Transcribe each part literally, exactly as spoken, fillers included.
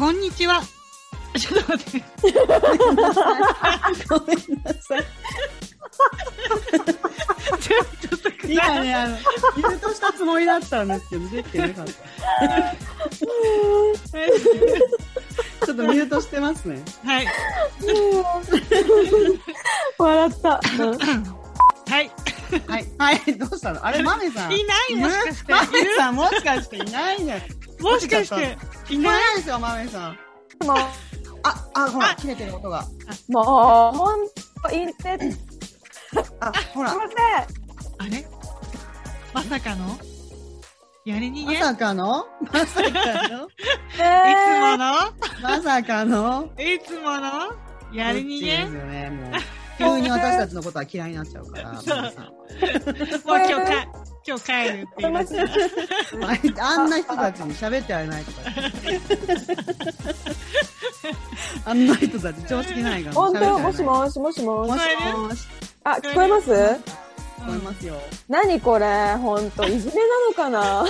こんにちは。ちょっと待って。 ごめんなさい。 ちょっとくいやね、あの、ミュートしたつもりだったんですけど、できてなかった。ちょっとミュートしてますね。 はい。 笑った。はい。 はい。はい。どうしたの？あれ、マメさん。 いないもしかして。 マメさんもしかしていないね。 もしかしていないですよ、マメさん。 もう、 あ、あ、ほら、切れてる音が。 もう、ほんと、インテッあ、ほら。 すいません。 あれまさかのやり逃げまさかのまさかのいつものまさかのいつものやり逃げですよね、もう。急に私たちのことは嫌いになっちゃうから、マメさんは。 もう今日か、今日帰るって言いました。 あんな人たちに喋ってやれないとか。あんな人たち調子気ないから。 本当、もしもし、もしもし。 もしもし。 あ、聞こえます？ 聞こえますよ。 何これ、ほんと、いじめなのかな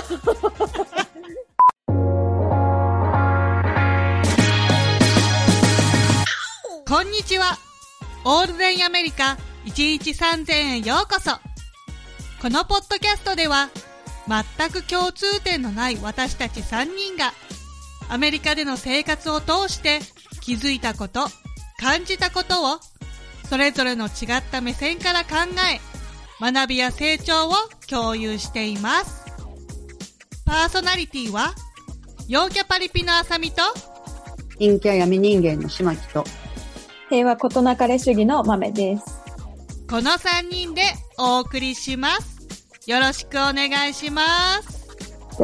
こんにちは。オールデンアメリカいちにちさんぜんえんようこそ。このポッドキャストでは全く共通点のない私たちさんにんがアメリカでの生活を通して気づいたこと、感じたことをそれぞれの違った目線から考え、学びや成長を共有しています。パーソナリティは陽キャパリピのあさみと陰キャ闇人間のしまきと平和ことなかれ主義の豆です。 このさんにんでお送りします。よろしくお願いします。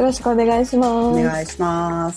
よろしくお願いします。 お願いします。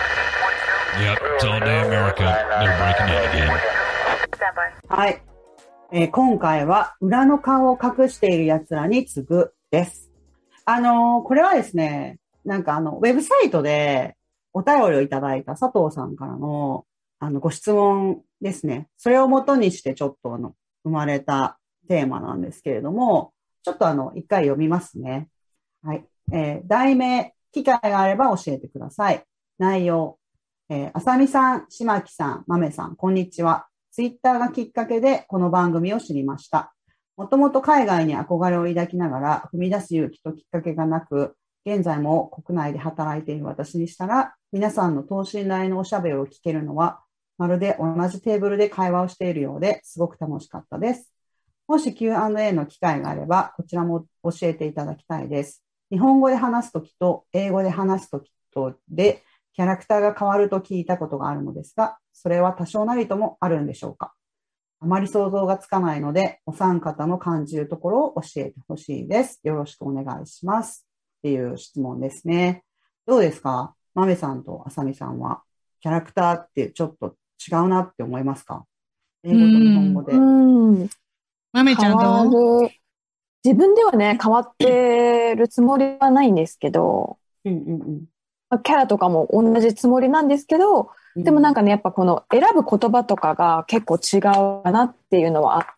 Yep, it's all day America. They're breaking in again. はい、えー。今回は裏の顔を隠している奴らに次ぐです。あのー、これはですね、なんかあの、ウェブサイトでお便りをいただいた佐藤さんからのあの、ご質問ですね。それを元にしてちょっとあの、生まれたテーマなんですけれども、ちょっとあの、一回読みますね。はい。えー、題名、機会があれば教えてください。内容、えー、あさみさん、しまきさん、まめさん、こんにちは。ツイッターがきっかけでこの番組を知りました。もともと海外に憧れを抱きながら踏み出す勇気ときっかけがなく、現在も国内で働いている私にしたら、皆さんの等身大のおしゃべりを聞けるのは、まるで同じテーブルで会話をしているようですごく楽しかったです。もし キューアンドエー の機会があれば、こちらも教えていただきたいです。日本語で話すときと英語で話すときとで、キャラクターが変わると聞いたことがあるのですが、それは多少なりともあるんでしょうか？あまり想像がつかないので、お三方の感じるところを教えてほしいです。よろしくお願いします。っていう質問ですね。どうですか？まめさんとあさみさんは、キャラクターってちょっと違うなって思いますか？英語と日本語で。 うん。 まめちゃんどう？ 自分ではね、変わってるつもりはないんですけど、 うんうんうんキャラとかも同じつもりなんですけど、でもなんかね、やっぱこの選ぶ言葉とかが結構違うかなっていうのはあって、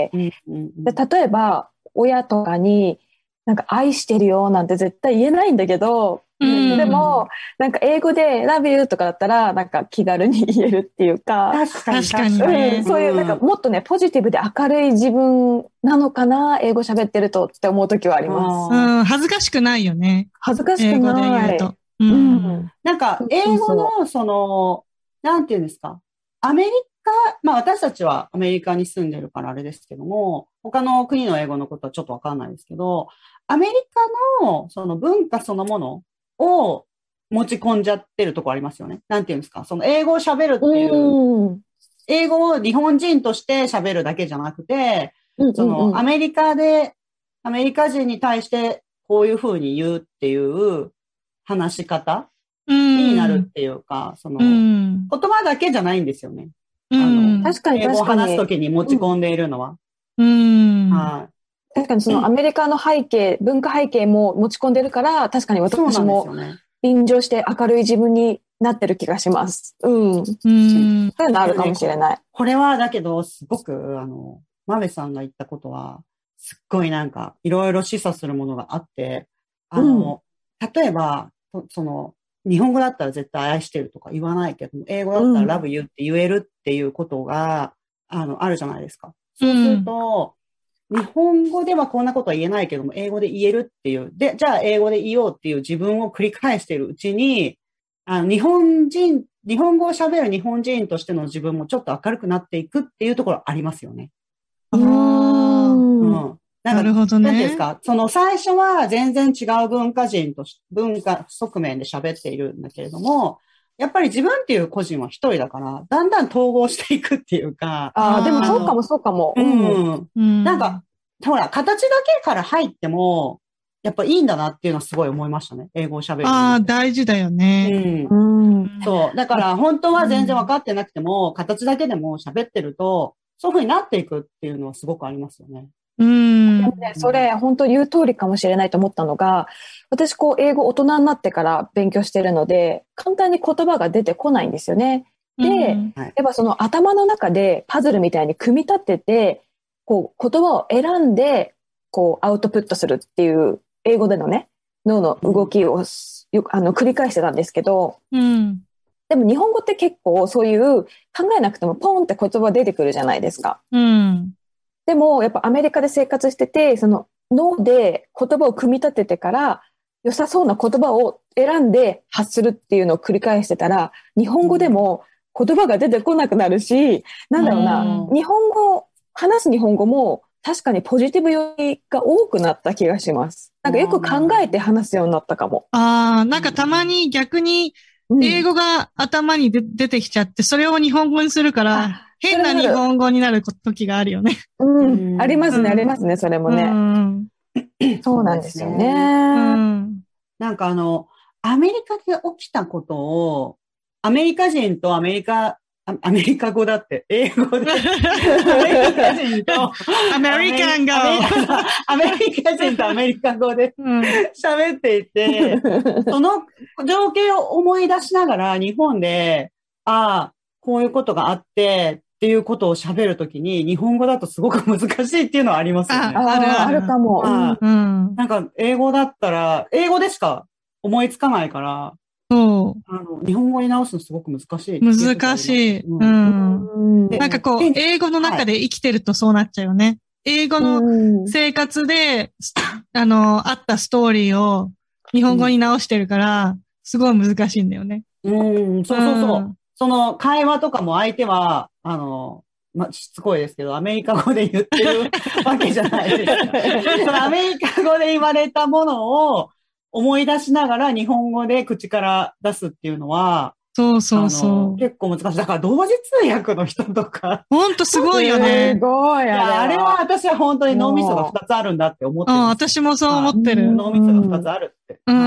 うんうんうん、 で例えば親とかになんか愛してるよなんて絶対言えないんだけど、うん、でもなんか英語で love you とかだったらなんか気軽に言えるっていうか、 確かに確かにね、 うん、そういうなんかもっとねポジティブで明るい自分なのかな、英語喋ってるとって思う時はあります。 うん、恥ずかしくないよね。 恥ずかしくない。 英語で言うと。 うん、 なんか、英語の、その、なんていうんですか。アメリカ、まあ私たちはアメリカに住んでるからあれですけども、他の国の英語のことはちょっとわかんないですけど、アメリカのその文化そのものを持ち込んじゃってるとこありますよね。なんていうんですか。その英語を喋るっていう、うん、英語を日本人として喋るだけじゃなくて、うんうんうん、そのアメリカで、アメリカ人に対してこういう風に言うっていう、話し方になるっていうか、その、言葉だけじゃないんですよね。 あの、 確かに英語を話すときに持ち込んでいるのは。 うん。 はい。確かにそのアメリカの背景、文化背景も持ち込んでるから、確かに私も便乗して明るい自分になってる気がします。うん。うん。そういうのあるかもしれない。 これはだけど、すごく、あの、マメさんが言ったことは、すっごいなんか、いろいろ示唆するものがあって、あの、うん、例えば、その、 日本語だったら絶対愛してるとか言わないけども、英語だったら love you って言えるっていうことが、あの、あるじゃないですか。そうすると、うん、日本語ではこんなことは言えないけども、英語で言えるっていう。で、じゃあ英語で言おうっていう自分を繰り返しているうちに、あの、日本人、日本語を喋る日本人としての自分もちょっと明るくなっていくっていうところありますよね。 ああ。 うん。 なるほどね。 何ですか？その最初は全然違う文化人とし、文化側面で喋っているんだけれども、やっぱり自分っていう個人は一人だから、だんだん統合していくっていうか。 ああ、でもそうかもそうかも。 うん。うん、なんか、ほら、形だけから入っても、やっぱいいんだなっていうのはすごい思いましたね。英語を喋る。 ああ、大事だよね。 うん。うん。そう。だから本当は全然分かってなくても、うん、形だけでも喋ってると、そういう風になっていくっていうのはすごくありますよね。 うん。でもね、それ本当言う通りかもしれないと思ったのが、私こう英語大人になってから勉強してるので、簡単に言葉が出てこないんですよね。で、うん、やっぱその頭の中でパズルみたいに組み立てて、こう言葉を選んで、こうアウトプットするっていう英語でのね、脳の動きをよくあの繰り返してたんですけど、うん、でも日本語って結構そういう考えなくてもポンって言葉出てくるじゃないですか。うんでも、やっぱアメリカで生活してて、その脳で言葉を組み立ててから、良さそうな言葉を選んで発するっていうのを繰り返してたら、日本語でも言葉が出てこなくなるし、なんだろうな、うん、日本語、話す日本語も確かにポジティブ寄りが多くなった気がします。なんかよく考えて話すようになったかも。 ああ、なんかたまに逆に英語が頭にで出てきちゃって、それを日本語にするから、変な日本語になる時があるよね。 うん。ありますね、ありますね、それもね。うん、そうなんですよね。うん、 なんかあの、アメリカで起きたことを、アメリカ人とアメリカ、アメリカ語だって、英語で。アメリカ人と、 アメリカン語。 アメリカ人とアメリカ語で喋っていて、うん、その情景を思い出しながら日本で、ああ、こういうことがあって、っていうことを喋るときに、日本語だとすごく難しいっていうのはありますよね。 あ、あるあるかも。 うん。なんか、英語だったら、英語でしか思いつかないから、そう。あの、日本語に直すのすごく難しい。 難しい。うん。なんかこう、英語の中で生きてるとそうなっちゃうよね。英語の生活で、あの、あったストーリーを日本語に直してるから、すごい難しいんだよね。 うん、そうそうそう。その会話とかも相手は、あの、ま、しつこいですけど、アメリカ語で言ってるわけじゃないですか。そのアメリカ語で言われたものを思い出しながら日本語で口から出すっていうのは、 そうそうそう。 結構難しい。だから同時通訳の人とか。 ほんとすごいよね。 すごい。 いや、あれは私は本当に脳みそがふたつあるんだって思ってる。 ああ、私もそう思ってる。 脳みそがふたつあるって。 うん。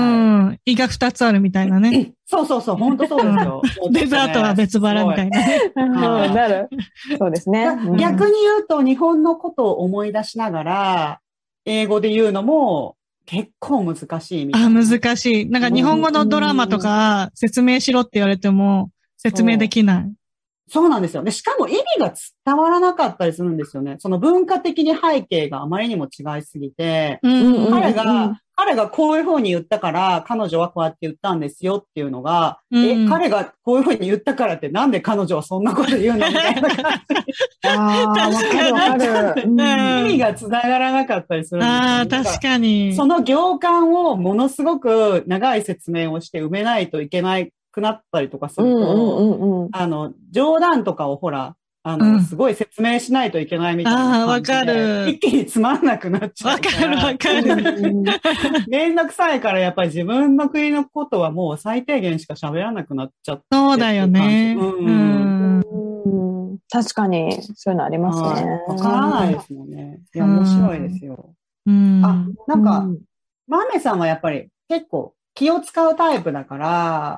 はい、胃がふたつあるみたいなね。 そうそうそう、本当そうですよ。 デザートは別腹みたいなね。 なる。そうですね。 逆に言うと、日本のことを思い出しながら、英語で言うのも、結構難しいみたいな。 あ、難しい。なんか日本語のドラマとか説明しろって言われても説明できない。 そうなんですよ。で、しかも意味が伝わらなかったりするんですよね。その文化的に背景があまりにも違いすぎて、うん、彼が、彼がこういうふうに言ったから、彼女はこうやって言ったんですよっていうのが、うん、え、彼がこういうふうに言ったからってなんで彼女はそんなこと言うのみたいな感じ。 ああ、わかるわかる。 意味が繋がらなかったりするんですよ、ね。 ああ、確かに。 その行間をものすごく長い説明をして埋めないといけないくなったりとかすると、うんうんうん、あの、冗談とかをほら、あの、うん、すごい説明しないといけないみたいな感じで。ああ、わかる。一気につまんなくなっちゃうから。 わかるわかる。 めんどくさいからやっぱり自分の国のことはもう最低限しか喋らなくなっちゃって。 そうだよね。うんうんうん、確かに、そういうのありますね。 わからないですもんね。いや、面白いですよ。うん、あ、なんか、マメさんはやっぱり結構気を使うタイプだから、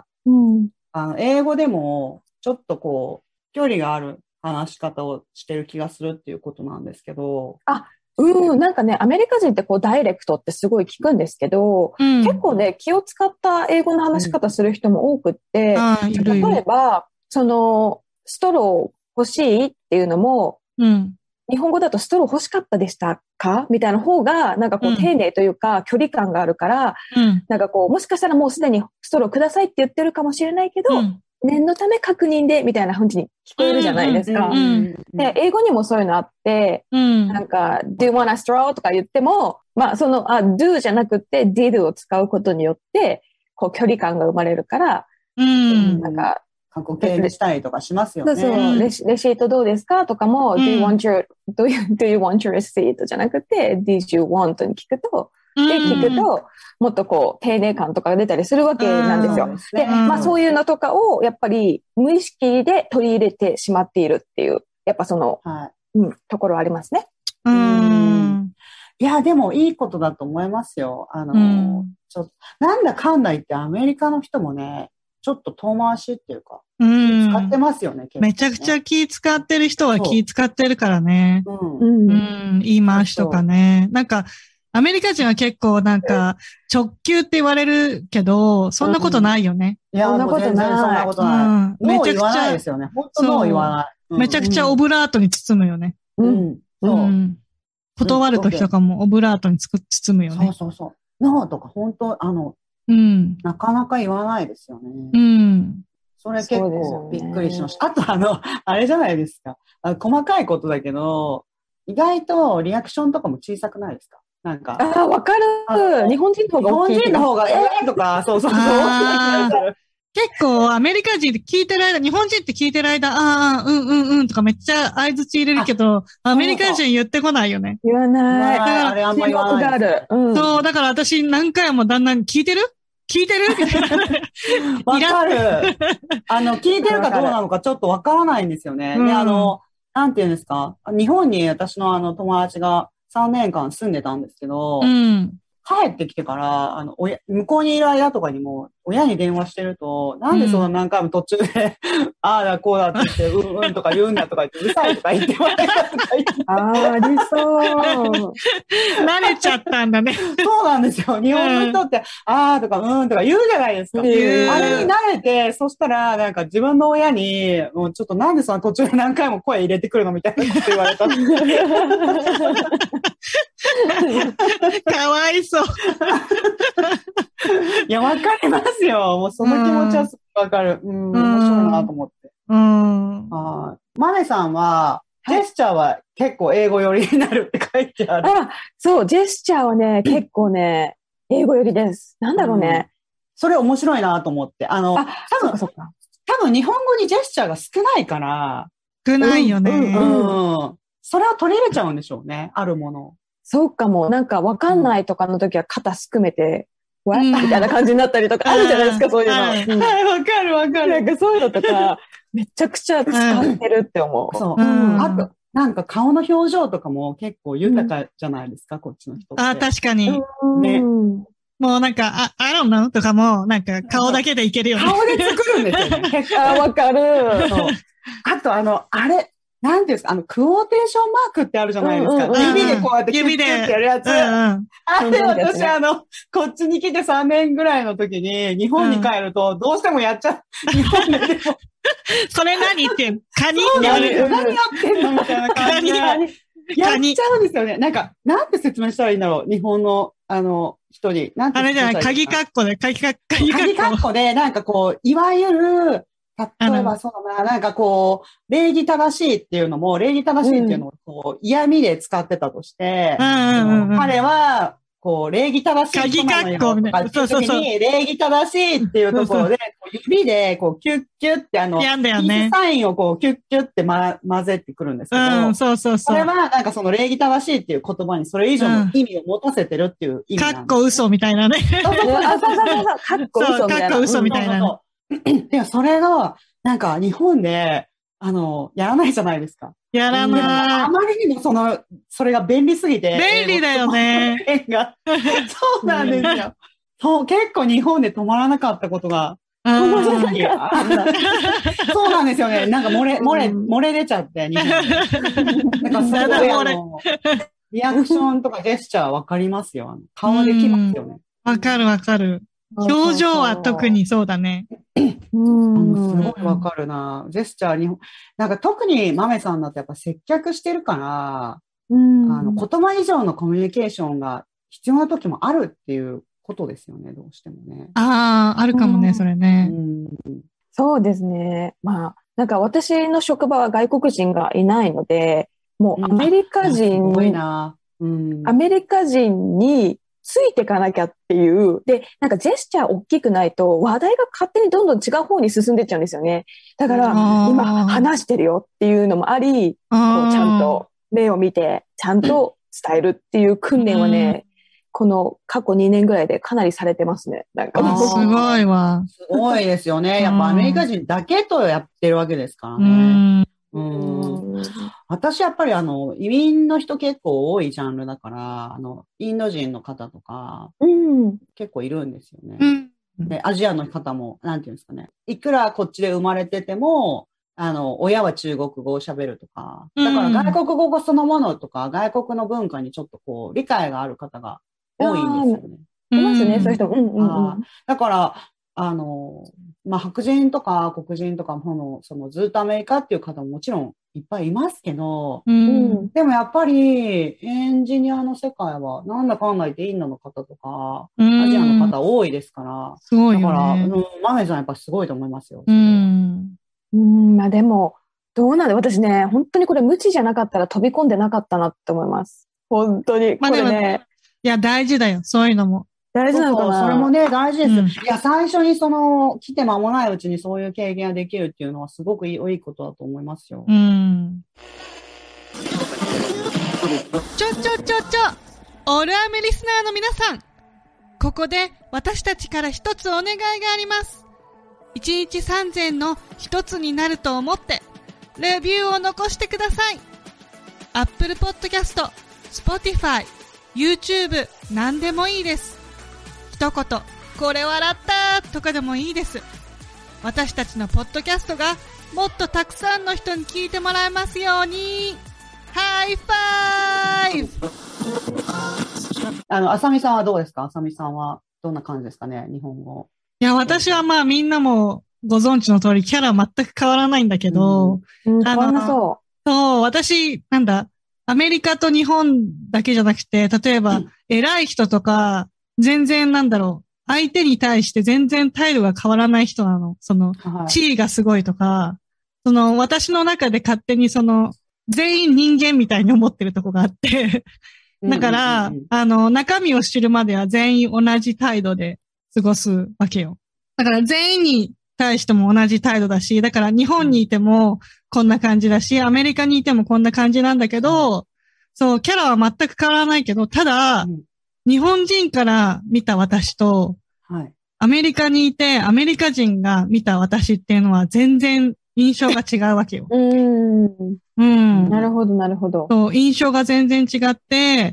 うん、あの、英語でもちょっとこう、距離がある話し方をしてる気がするっていうことなんですけど。 あ、うん、なんかね、アメリカ人ってこうダイレクトってすごい聞くんですけど、うん、結構ね、気を使った英語の話し方する人も多くって、うん、例えば、その、ストロー欲しいっていうのも、うん、 日本語だとストロー欲しかったでしたかみたいな方が、なんかこう、丁寧というか、距離感があるから、うん、なんかこう、もしかしたらもうすでにストローくださいって言ってるかもしれないけど、うん、念のため確認で、みたいな風に聞こえるじゃないですか。で、英語にもそういうのあって、うん、なんか、do you want a straw? とか言っても、まあ、その、あ、do じゃなくて did を使うことによって、こう、距離感が生まれるから、うん、なんか、 過去形にしたりとかしますよね。 そうそう。レシ、レシートどうですかとかも、うん、do you want your, do you, do you want your receipt? じゃなくて、did you want? に聞くと、で、聞くと、もっとこう、丁寧感とかが出たりするわけなんですよ。で、まあそういうのとかを、やっぱり無意識で取り入れてしまっているっていう、やっぱその、はい、うん、ところありますね。 うん。いや、でもいいことだと思いますよ。あの、うん、ちょっと、なんだかんだ言ってアメリカの人もね、ちょっと遠回しっていうか、うん、使ってますよね、 ね。めちゃくちゃ気使ってる人は気使ってるからね。う、うんうん、言い回しとかね。なんか、アメリカ人は結構なんか、直球って言われるけど、そんなことないよね。 うん、いや、そんなことない。全然そんなことない。うん、めちゃくちゃ。ですよね。本当の言わない、 うん。めちゃくちゃオブラートに包むよね。うん。そう。うん、断るときとかもオブラートに包むよね。 そうそうそう。ノーとか本当、あの、うん。なかなか言わないですよね。うん。それ結構びっくりしました。ね、あとあの、あれじゃないですか。あ、細かいことだけど、意外とリアクションとかも小さくないですか？なんか。 ああ、わかる。日本人の方が大きい。 日本人の方が、ええー、とか、そうそうそう。 結構アメリカ人って聞いてる間、日本人って聞いてる間、ああ、うんうんうんとかめっちゃ相槌入れるけど、アメリカ人言ってこないよね。 言わない。 あれあんま言わない。 うん、そう、だから私何回も旦那に聞いてる聞いてるみたいな。 わかる。あの、聞いてるかどうなのかちょっとわからないんですよね。うん、で、あの、なんていうんですか、日本に私のあの友達がさんねんかん住んでたんですけど、うん、帰ってきてから、あの、親、向こうにいる間とかにも、親に電話してると、なんでそんな何回も途中で、うん、ああだこうだって言って、うんうんとか言うんだとか言って、うるさいとか言ってもらえたとか言って。 ああ、ありそう。 慣れちゃったんだね。 そうなんですよ。日本の人って、うん、ああとかうんとか言うじゃないですか。あれに慣れて、そしたら、なんか自分の親に、もうちょっとなんでその途中で何回も声入れてくるのみたいなこと言われた。 かわいそう。 いや、わかりますよ。もうその気持ちはすごくわかる。うん、面白いなと思って。うん。はい。マネさんは、ジェスチャーは結構英語寄りになるって書いてある。 あ、そう、ジェスチャーはね、結構ね、英語寄りです。なんだろうね。うん、 それ面白いなと思って。あの、あ多分、多分日本語にジェスチャーが少ないから。 少ないよね。うん。 うんうん、それを取り入れちゃうんでしょうね。あるもの。 そうかも。なんかわかんないとかの時は肩すくめて、わ、うん、みたいな感じになったりとかあるじゃないですか、そういうの。はい、 わかるわかる。 なんかそういうのとか、めちゃくちゃ使ってるって思う。 そう。うん、あと、なんか顔の表情とかも結構豊かじゃないですか、うん、こっちの人って。 あ、確かに。ね。もうなんか、あ、I don't know とかも、なんか顔だけでいけるよね。 顔で作るんですよね。 あ、わかる。 そう。あとあの、あれ、なんていうんですか、あの、クォーテーションマークってあるじゃないですか。うんうんうん、指でこうやってキュッキュッってやるやつ。うんうん、あれ私、ね、あの、こっちに来てさんねんぐらいの時に、日本に帰ると、どうしてもやっちゃう。日本ででも。 それ何って、カニってやる。 何やってんのみたいな感じで。やっちゃうんですよね。なんか、なんて説明したらいいんだろう。日本の、あの、人に。なんてあれじゃない、鍵カッコで、鍵カッコ。 鍵カッコで、なんかこう、いわゆる、例えばそうだな、なんかこう、礼儀正しいっていうのも、礼儀正しいっていうのをこう、嫌味で使ってたとして、うんうんうん、彼は、こう、礼儀正しい人なのよとかっていう時に、礼儀正しいっていうところで、指でこう、キュッキュッってあの、ピースサインをこう、キュッキュッってま、混ぜてくるんですけど、うん、そうそうそう。これはなんかその礼儀正しいっていう言葉にそれ以上の意味を持たせてるっていう意味なんです。 かっこ嘘みたいなね。 そうそうそう。かっこ嘘みたいな。 かっこ嘘みたいな。 でもそれが、なんか日本で、あの、やらないじゃないですか。 やらない。 あまりにもその、それが便利すぎて。 便利だよね。 そうなんですよ。そう、結構日本で止まらなかったことが。そうなんですよね。なんか漏れ、漏れ、漏れ出ちゃって、日本で。なんかすごいあの、リアクションとかジェスチャーわかりますよ。顔できますよね。 わかるわかる。 表情は特にそうだね。 うん。 すごいわかるな。ジェスチャー、日本、なんか特にマメさんだとやっぱ接客してるから、うん、あの言葉以上のコミュニケーションが必要な時もあるっていうことですよね、どうしてもね。 ああ、あるかもね、うん、それね、うん。 そうですね。まあ、なんか私の職場は外国人がいないので、もうアメリカ人、 うん、すごいな、うん、 アメリカ人についていかなきゃっていう。で、なんかジェスチャー大きくないと話題が勝手にどんどん違う方に進んでいっちゃうんですよね。だから、今話してるよっていうのもあり、こうちゃんと目を見て、ちゃんと伝えるっていう訓練はね、この過去にねんぐらいでかなりされてますね。なんかもうすごいわ。 すごいですよね。やっぱアメリカ人だけとやってるわけですからね。うん、私やっぱりあの移民の人結構多いジャンルだから、あのインド人の方とか、うん、結構いるんですよね、うん、でアジアの方もなんていうんですかね、いくらこっちで生まれててもあの親は中国語を喋るとか、だから外国語そのものとか、うん、外国の文化にちょっとこう理解がある方が多いんですよね。 いますね、そういう人。うんうんうん、 だからあの、まあ、白人とか黒人とかも、そのずっとアメリカっていう方ももちろんいっぱいいますけど、うん、でもやっぱりエンジニアの世界はなんだかんだ言ってインドの方とか、うん、アジアの方多いですから、 すごいよね、 だから、うん、マメさんやっぱすごいと思いますよ。 うん。うん、まあでも、どうなんで、私ね、本当にこれ無知じゃなかったら飛び込んでなかったなって思います。本当に。これね。まあ、いや、大事だよ、そういうのも。 大事なのかな。 それもね、大事ですよ、うん。いや、最初にその、来て間もないうちにそういう経験ができるっていうのはすごくいい、いいことだと思いますよ。うん。 ちょちょちょちょ、オールアメリスナーの皆さん。ここで私たちから一つお願いがあります。一日三千の一つになると思って、レビューを残してください。Apple Podcast、Spotify、YouTube、何でもいいです。一言、これ笑ったとかでもいいです。私たちのポッドキャストがもっとたくさんの人に聞いてもらえますように。ハイファイブ。 あの、あさみさんはどうですか？あさみさんはどんな感じですかね、日本語。 いや、私はまあみんなもご存知の通りキャラ全く変わらないんだけど、 うん、変わらなそう。 そう、私、なんだ、アメリカと日本だけじゃなくて、例えば、うん、偉い人とか、全然なんだろう、相手に対して全然態度が変わらない人なの。その、はい、地位がすごいとか、その、私の中で勝手にその、全員人間みたいに思ってるとこがあって、だから、うんうんうん、あの、中身を知るまでは全員同じ態度で過ごすわけよ。だから全員に対しても同じ態度だし、だから日本にいてもこんな感じだし、アメリカにいてもこんな感じなんだけど、うん、そう、キャラは全く変わらないけど、ただ、うん、日本人から見た私と、はい、アメリカにいてアメリカ人が見た私っていうのは全然印象が違うわけよ。 うーん。うん。なるほど、なるほど。 そう、印象が全然違って、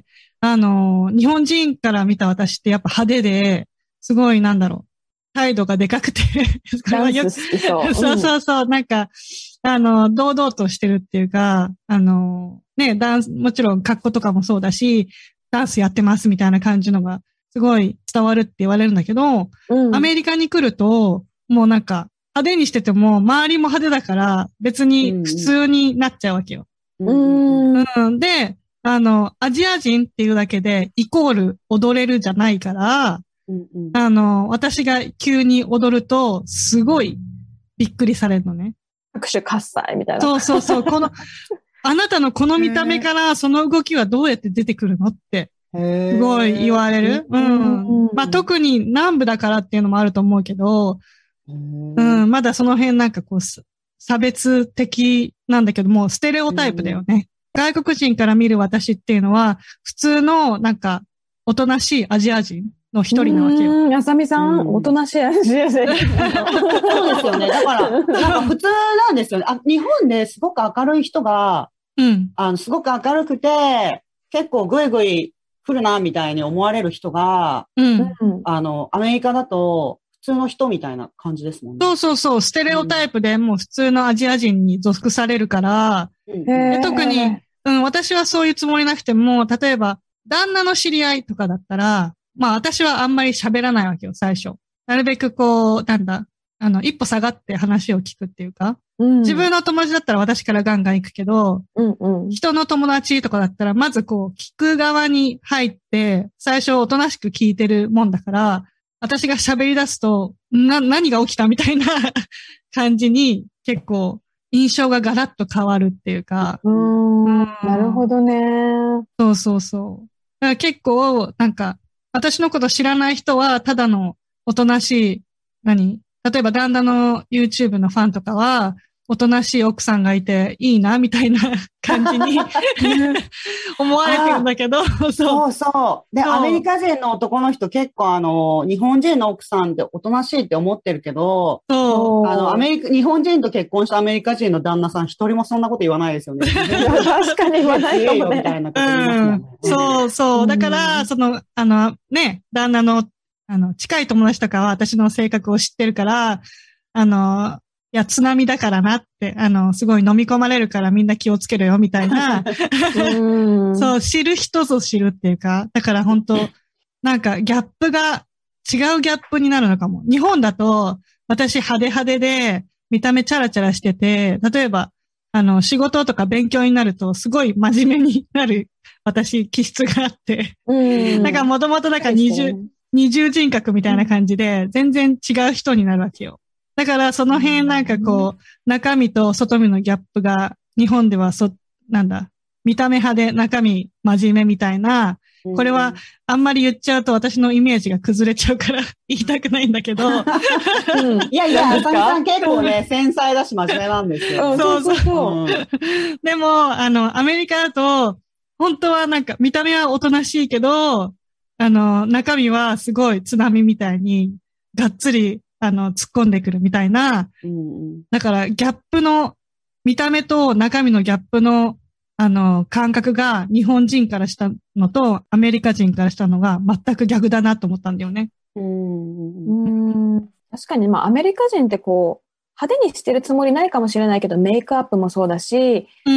あの、日本人から見た私ってやっぱ派手で、すごいなんだろう、態度がでかくてダンス好きそう。 そうそうそう、なんか、あの、堂々としてるっていうか、あの、ね、ダンス、もちろん格好とかもそうだし、ダンスやってますみたいな感じのが、すごい伝わるって言われるんだけど、うん、アメリカに来ると、もうなんか、派手にしてても、周りも派手だから、別に普通になっちゃうわけよ。うん。うん、で、あの、アジア人っていうだけで、イコール踊れるじゃないから、うんうん、あの、私が急に踊ると、すごいびっくりされるのね。 拍手喝采みたいな。 そうそうそう。この、あなたのこの見た目からその動きはどうやって出てくるのって、すごい言われる。うん。まあ、特に南部だからっていうのもあると思うけど、うん、まだその辺なんかこう、差別的なんだけども、ステレオタイプだよね。外国人から見る私っていうのは、普通のなんか、おとなしいアジア人の一人なわけよ。 うん、あさみさん、おとなしいアジア人。そうですよね。だから、なんか普通なんですよね。あ、日本ですごく明るい人が、うん、あの、すごく明るくて、結構グイグイ来るな、みたいに思われる人が、うん、あの、アメリカだと、普通の人みたいな感じですもんね。 そうそうそう、ステレオタイプでもう普通のアジア人に属されるから、うん、で特に、うん、私はそういうつもりなくても、例えば、旦那の知り合いとかだったら、まあ私はあんまり喋らないわけよ、最初。 なるべくこう、なんだ、あの、一歩下がって話を聞くっていうか、 うん、 自分の友達だったら私からガンガン行くけど、 うんうん、 人の友達とかだったら、まずこう、聞く側に入って、最初おとなしく聞いてるもんだから、私が喋り出すと、な、何が起きたみたいな感じに、結構、印象がガラッと変わるっていうか。 うーん、なるほどね。 そうそうそう。だから結構、なんか、私のこと知らない人は、ただのおとなしい、何例えば、旦那の YouTube のファンとかは、おとなしい奥さんがいていいな、みたいな感じに思われてるんだけど、 そう。そうそう。で、アメリカ人の男の人結構あの、日本人の奥さんっておとなしいって思ってるけど、 そう。 あの、アメリカ、日本人と結婚したアメリカ人の旦那さん一人もそんなこと言わないですよね。 確かに言わないかもね。 みたいなこと言いますもんね。 うん、そうそう。だから、その、あの、ね、旦那の、あの、近い友達とかは私の性格を知ってるから、あの、いや、津波だからなって、あの、すごい飲み込まれるからみんな気をつけろよ、みたいな。 うんそう、知る人ぞ知るっていうか、だから本当なんかギャップが、違うギャップになるのかも。日本だと、私派手派手で、見た目チャラチャラしてて、例えば、あの、仕事とか勉強になると、すごい真面目になる、私、気質があって。 うん。 なんか、もともとなんか二重、二重人格みたいな感じで、全然違う人になるわけよ。だから、その辺なんかこう、中身と外身のギャップが、日本ではそ、なんだ、見た目派で中身真面目みたいな、これはあんまり言っちゃうと私のイメージが崩れちゃうから言いたくないんだけど。うん、 いやいや、あさみさん結構ね、繊細だし真面目なんですよ。 そうそうそう。うん、でも、あの、アメリカだと、本当はなんか見た目はおとなしいけど、あの、中身はすごい津波みたいにがっつり、あの、突っ込んでくるみたいな。うんうん、だからギャップの、見た目と中身のギャップのあの、感覚が日本人からしたのとアメリカ人からしたのが全く逆だなと思ったんだよね。 うーん、うん確かに、まあ、アメリカ人ってこう、派手にしてるつもりないかもしれないけど、メイクアップもそうだし、うん、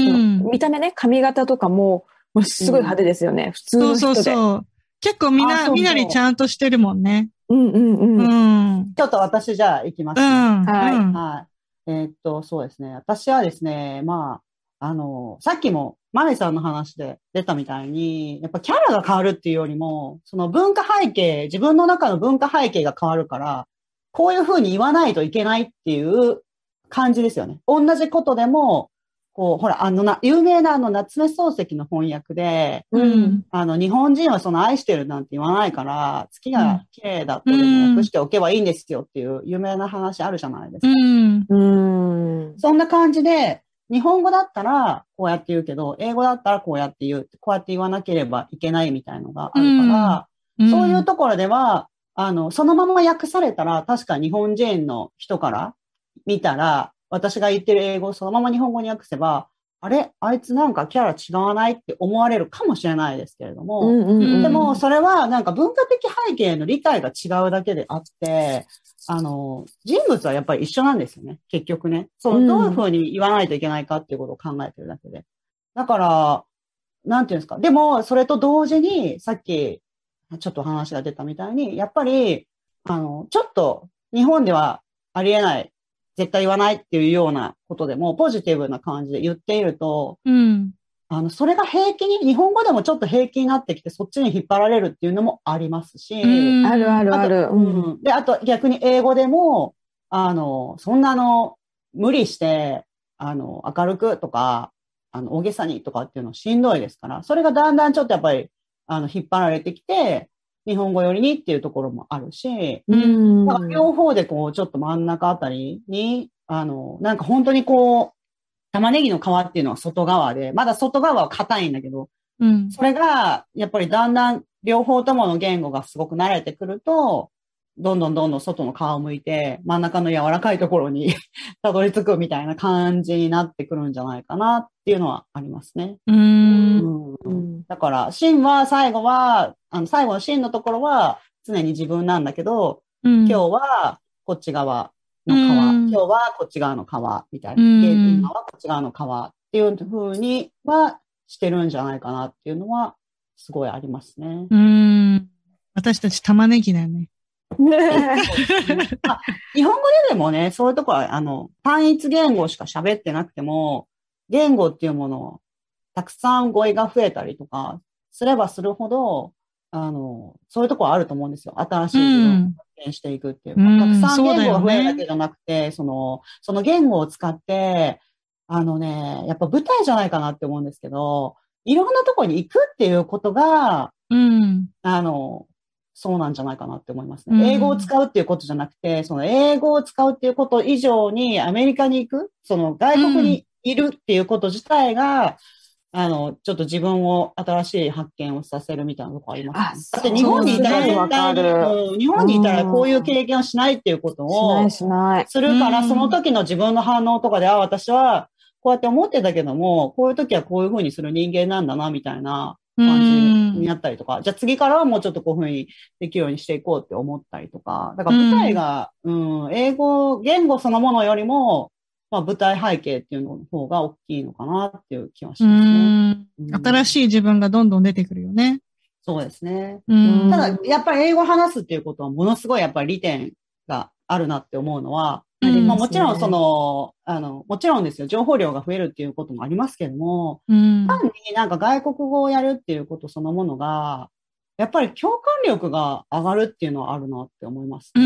見た目ね、髪型とかも、もうすごい派手ですよね、うん、普通の人で。そうそうそう。 結構みんな、みなりちゃんとしてるもんね。 うんうんうん。 うん、ちょっと私じゃあ行きます、ね。うん、はい。はい。えー、っと、そうですね。私はですね、まあ、あの、さっきもマネさんの話で出たみたいに、やっぱキャラが変わるっていうよりも、その文化背景、自分の中の文化背景が変わるから、こういう風に言わないといけないっていう感じですよね。同じことでも、こう、ほら、あのな、有名なあの夏目漱石の翻訳で、うん、あの、日本人はその愛してるなんて言わないから、月が綺麗だとでも訳しておけばいいんですよっていう有名な話あるじゃないですか。うんうん、そんな感じで、日本語だったらこうやって言うけど、英語だったらこうやって言う、こうやって言わなければいけないみたいのがあるから、うん、そういうところでは、あの、そのまま訳されたら、確か日本人の人から見たら、私が言ってる英語をそのまま日本語に訳せば、あれあいつなんかキャラ違わないって思われるかもしれないですけれども、うんうんうん、でもそれはなんか文化的背景の理解が違うだけであって、あの、人物はやっぱり一緒なんですよね、結局ね。そう、どういうふうに言わないといけないかっていうことを考えてるだけで。だから、なんていうんですか。でも、それと同時に、さっき、ちょっと話が出たみたいに、やっぱり、あの、ちょっと、日本ではありえない、絶対言わないっていうようなことでも、ポジティブな感じで言っていると、うん、あの、それが平気に、日本語でもちょっと平気になってきて、そっちに引っ張られるっていうのもありますし、 あるあるある。 うん。で、あと逆に英語でも、あの、そんなの、無理して、あの、明るくとか、あの、大げさにとかっていうのしんどいですから、それがだんだんちょっとやっぱり、あの、引っ張られてきて、日本語寄りにっていうところもあるし、うん。だから両方でこう、ちょっと真ん中あたりに、あの、なんか本当にこう、玉ねぎの皮っていうのは外側で、まだ外側は硬いんだけど、うん、それが、やっぱりだんだん両方ともの言語がすごく慣れてくると、どんどんどんどん外の皮を剥いて、真ん中の柔らかいところにたどり着くみたいな感じになってくるんじゃないかなっていうのはありますね。うーんうん、だから、芯は最後は、あの、最後の芯のところは常に自分なんだけど、うん、今日はこっち側の皮、今日はこっち側の皮みたいな、今はこっち側の皮っていう風にはしてるんじゃないかなっていうのはすごいありますね。 うーん。私たち玉ねぎだよね。 あ、日本語ででもね、そういうとこは、あの、単一言語しか喋ってなくても、言語っていうものをたくさん語彙が増えたりとかすればするほど、あの、そういうとこはあると思うんですよ。新しい自分を発見していくっていうか、うん、たくさん言語が増えるだけじゃなくて、その、その言語を使って、あのね、やっぱ舞台じゃないかなって思うんですけど、いろんなとこに行くっていうことが、 うん、 あの、そうなんじゃないかなって思いますね。うん、英語を使うっていうことじゃなくて、その英語を使うっていうこと以上にアメリカに行く、その外国にいるっていうこと自体が、うん、あの、ちょっと自分を新しい発見をさせるみたいなとこありますね。だって日本にいたら絶対に、うん、日本にいたらこういう経験をしないっていうことをするから、その時の自分の反応とかで、あ、私はこうやって思ってたけども、こういう時はこういう風にする人間なんだな、みたいな感じになったりとか、じゃあ次からはもうちょっとこういう風にできるようにしていこうって思ったりとか、だから舞台が、うん、うん、英語、言語そのものよりも、まあ舞台背景っていうのの方が大きいのかなっていう気はしますね。 うんうん、新しい自分がどんどん出てくるよね。 そうですね。うんただ、やっぱり英語を話すっていうことはものすごいやっぱり利点があるなって思うのは、うんまあ、もちろんその、あの、もちろんですよ、情報量が増えるっていうこともありますけども、うん、単になんか外国語をやるっていうことそのものが、やっぱり共感力が上がるっていうのはあるなって思いますね。うん。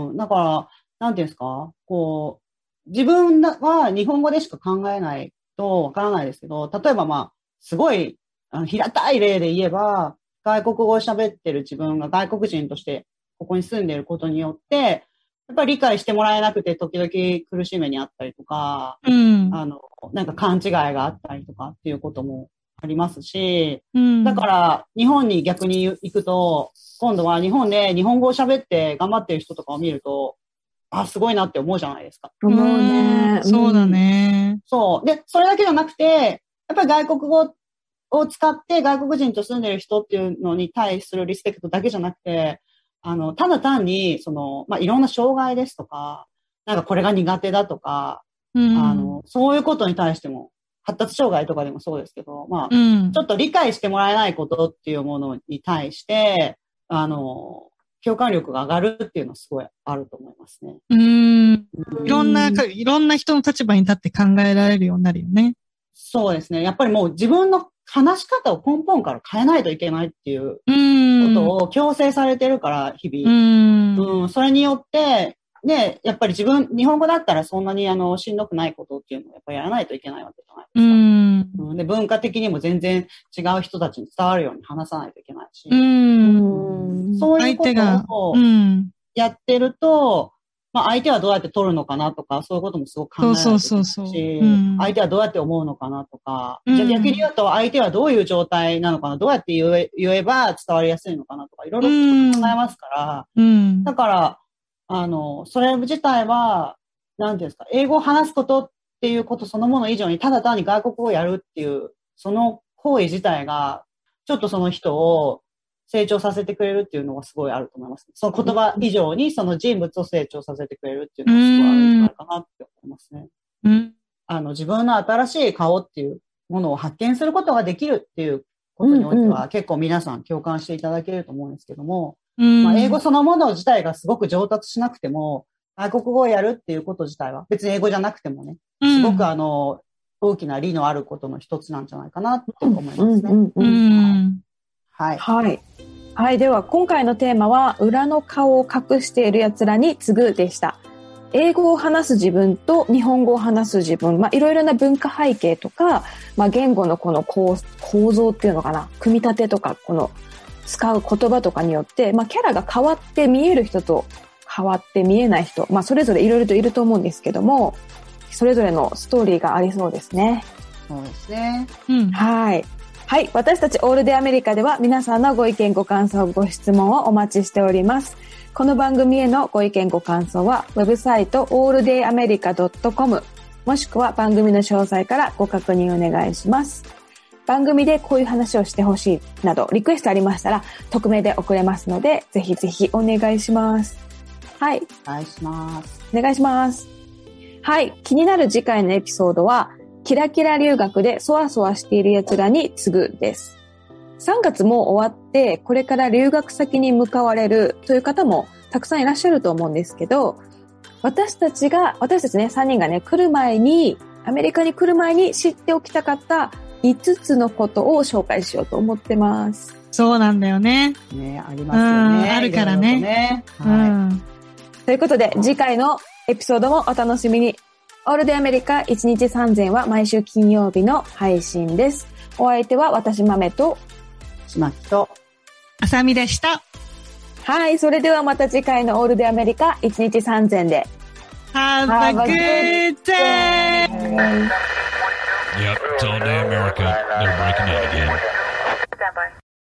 うん。だから、なんていうんですか、こう、自分は日本語でしか考えないとわからないですけど、例えばまあ、すごい、あの平たい例で言えば、外国語を喋ってる自分が外国人としてここに住んでいることによって、やっぱり理解してもらえなくて時々苦しい目にあったりとか、うん、あの、なんか勘違いがあったりとかっていうこともありますし、うん、だから日本に逆に行くと、今度は日本で日本語を喋って頑張ってる人とかを見ると、あ、すごいなって思うじゃないですか。 思うね。 そうだね。 そう。で、それだけじゃなくて、やっぱり外国語を使って外国人と住んでる人っていうのに対するリスペクトだけじゃなくて、あの、ただ単に、その、まあ、いろんな障害ですとか、なんかこれが苦手だとか、うん、あの、そういうことに対しても、発達障害とかでもそうですけど、まあ、うん、ちょっと理解してもらえないことっていうものに対して、あの、共感力が上がるっていうのはすごいあると思いますね。 うん。いろんな、いろんな人の立場に立って考えられるようになるよね。 そうですね。やっぱりもう自分の話し方を根本から変えないといけないっていうことを強制されてるから、日々。うん、うん。それによって、ね、やっぱり自分、日本語だったらそんなにあの、しんどくないことっていうのをやっぱりやらないといけないわけじゃないですか。うん。で、文化的にも全然違う人たちに伝わるように話さないといけないし。うん。そういうことをやってると、まあ相手はどうやって取るのかなとか、そういうこともすごく考えられてるし、そうそうそうそう、うん、相手はどうやって思うのかなとか、うん、じゃあ逆に言うと相手はどういう状態なのかな、どうやって言え、言えば伝わりやすいのかなとか、いろいろ考えますから、うん、だから、あの、それ自体は、なんていうんですか、英語を話すことっていうことそのもの以上に、ただ単に外国語をやるっていう、その行為自体が、ちょっとその人を、成長させてくれるっていうのがすごいあると思います。その言葉以上にその人物を成長させてくれるっていうのがすごいあるんじゃないかなって思いますね。うん、あの自分の新しい顔っていうものを発見することができるっていうことにおいては結構皆さん共感していただけると思うんですけども、うんまあ、英語そのもの自体がすごく上達しなくても外国語をやるっていうこと自体は別に英語じゃなくてもね、すごくあの大きな利のあることの一つなんじゃないかなって思いますね。はい。 はい。はい。では、今回のテーマは、裏の顔を隠している奴らに次ぐでした。英語を話す自分と日本語を話す自分、まあ、いろいろな文化背景とか、まあ、言語のこの構、構造っていうのかな、組み立てとか、この使う言葉とかによって、まあ、キャラが変わって見える人と変わって見えない人、まあ、それぞれいろいろといると思うんですけども、それぞれのストーリーがありそうですね。 そうですね。 うん。はい。はい。私たちオールデイアメリカでは皆さんのご意見ご感想ご質問をお待ちしております。この番組へのご意見ご感想はウェブサイト オールデイアメリカドットコム もしくは番組の詳細からご確認お願いします。番組でこういう話をしてほしいなどリクエストありましたら匿名で送れますのでぜひぜひお願いします。はい。 お願いします。 お願いします。はい。気になる次回のエピソードはキラキラ留学でそわそわしている奴らに次ぐです。 さんがつも終わって、これから留学先に向かわれるという方もたくさんいらっしゃると思うんですけど、私たちが、私たちね、さんにんがね、来る前に、アメリカに来る前に知っておきたかったいつつのことを紹介しようと思ってます。 そうなんだよね。 ね、ありますよね。 あるからね。 ね、 はい、うん。 ということで、次回のエピソードもお楽しみに。オールデイアメリカいちにちさんぜんは毎週金曜日の配信です。お相手は私豆と、 しまきと、 あさみでした。 はい、それではまた次回のオールデイアメリカいちにちさんぜんで。 Have a good day! Yep, it's all day America. They're breaking in again.